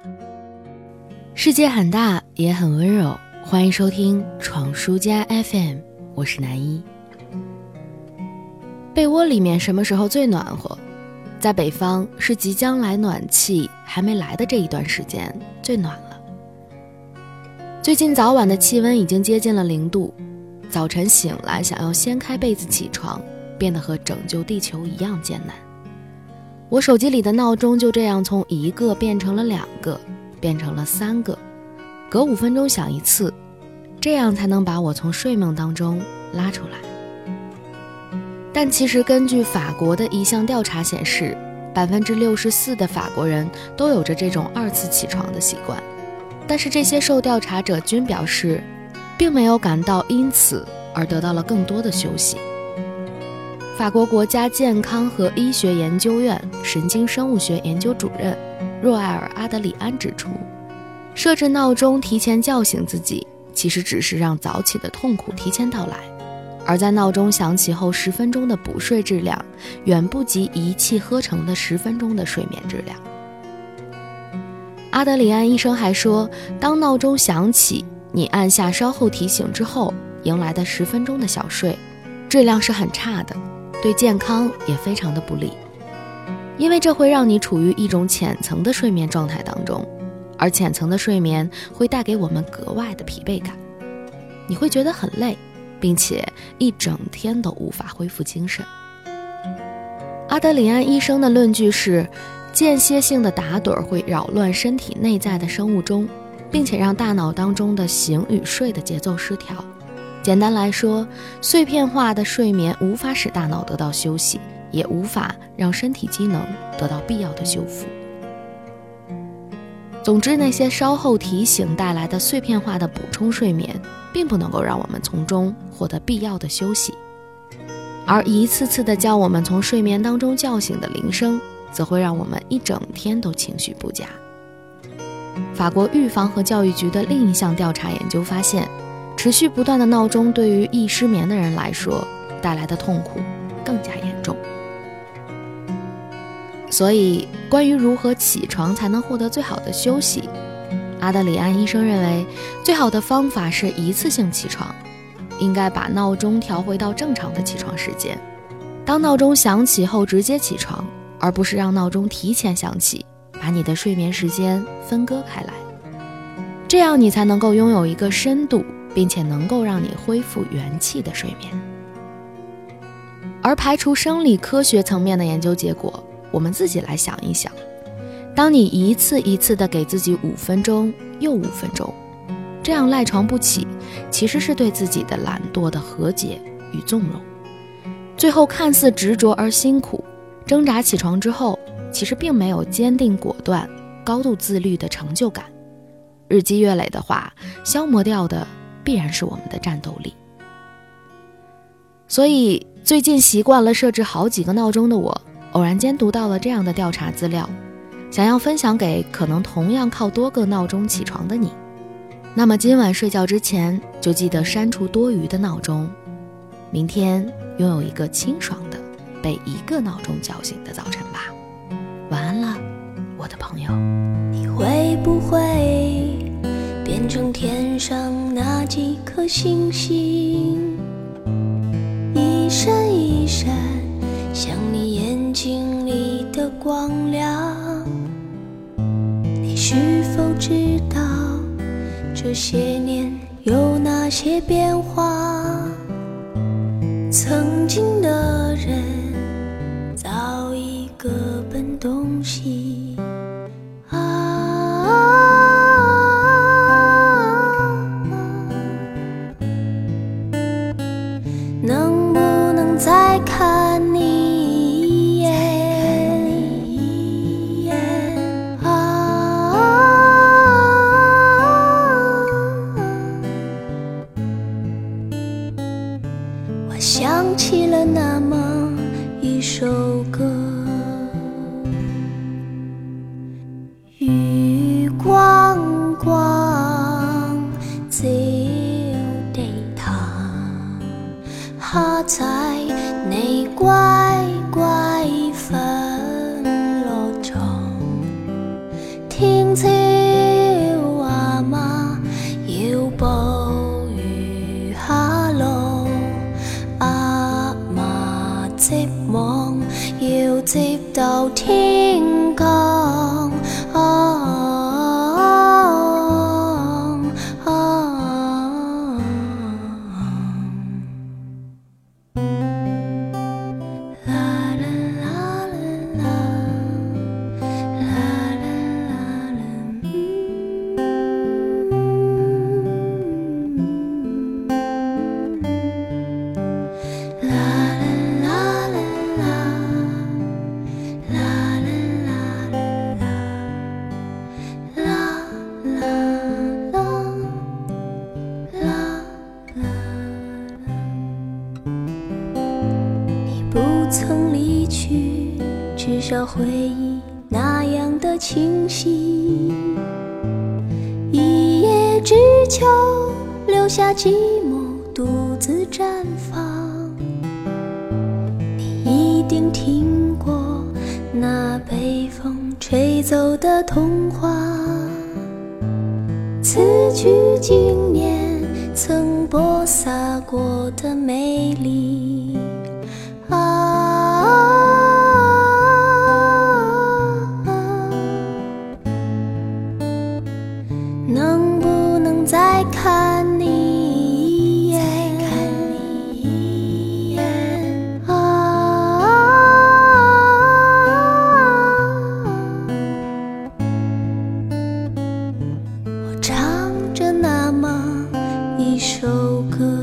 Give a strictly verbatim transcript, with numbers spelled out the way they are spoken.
世界很大也很温柔，欢迎收听闯书家 F M， 我是南一。被窝里面什么时候最暖和？在北方是即将来暖气还没来的这一段时间最暖了。最近早晚的气温已经接近了零度，早晨醒来想要掀开被子起床，变得和拯救地球一样艰难。我手机里的闹钟就这样从一个变成了两个，变成了三个，隔五分钟响一次，这样才能把我从睡梦当中拉出来。但其实根据法国的一项调查显示， 百分之六十四 的法国人都有着这种二次起床的习惯，但是这些受调查者均表示并没有感到因此而得到了更多的休息。法国国家健康和医学研究院神经生物学研究主任若埃尔·阿德里安指出，设置闹钟提前叫醒自己，其实只是让早起的痛苦提前到来，而在闹钟响起后十分钟的补睡质量远不及一气呵成的十分钟的睡眠质量。阿德里安医生还说，当闹钟响起，你按下稍后提醒之后，迎来的十分钟的小睡质量是很差的，对健康也非常的不利，因为这会让你处于一种浅层的睡眠状态当中，而浅层的睡眠会带给我们格外的疲惫感，你会觉得很累，并且一整天都无法恢复精神。阿德里安医生的论据是，间歇性的打盹会扰乱身体内在的生物钟，并且让大脑当中的醒与睡的节奏失调。简单来说，碎片化的睡眠无法使大脑得到休息，也无法让身体机能得到必要的修复。总之，那些稍后提醒带来的碎片化的补充睡眠并不能够让我们从中获得必要的休息，而一次次的将我们从睡眠当中叫醒的铃声则会让我们一整天都情绪不佳。法国预防和教育局的另一项调查研究发现，持续不断的闹钟对于易失眠的人来说带来的痛苦更加严重。所以关于如何起床才能获得最好的休息，阿德里安医生认为，最好的方法是一次性起床，应该把闹钟调回到正常的起床时间，当闹钟响起后直接起床，而不是让闹钟提前响起，把你的睡眠时间分割开来，这样你才能够拥有一个深度并且能够让你恢复元气的睡眠。而排除生理科学层面的研究结果，我们自己来想一想，当你一次一次的给自己五分钟又五分钟，这样赖床不起，其实是对自己的懒惰的和解与纵容，最后看似执着而辛苦，挣扎起床之后，其实并没有坚定果断高度自律的成就感，日积月累的话，消磨掉的必然是我们的战斗力。所以最近习惯了设置好几个闹钟的我，偶然间读到了这样的调查资料，想要分享给可能同样靠多个闹钟起床的你。那么今晚睡觉之前就记得删除多余的闹钟，明天拥有一个清爽的被一个闹钟叫醒的早晨吧。晚安了，我的朋友。 你会不会变成天上那几颗星星，一闪一闪像你眼睛里的光亮？你是否知道这些年有哪些变化？曾经的人早已各奔东西啊，能不能再看你一眼啊？我想起了那么一首歌，月光光照地堂，下在你乖乖瞓落床， 天朝阿媽要暴雨下路，阿媽織網要接到天光。不曾离去，至少回忆那样的清晰。一叶知秋，留下寂寞独自绽放。你一定听过那被风吹走的童话，此去经年曾播撒过的美丽。啊，能不能再看你一眼？再看你一眼啊！我唱着那么一首歌。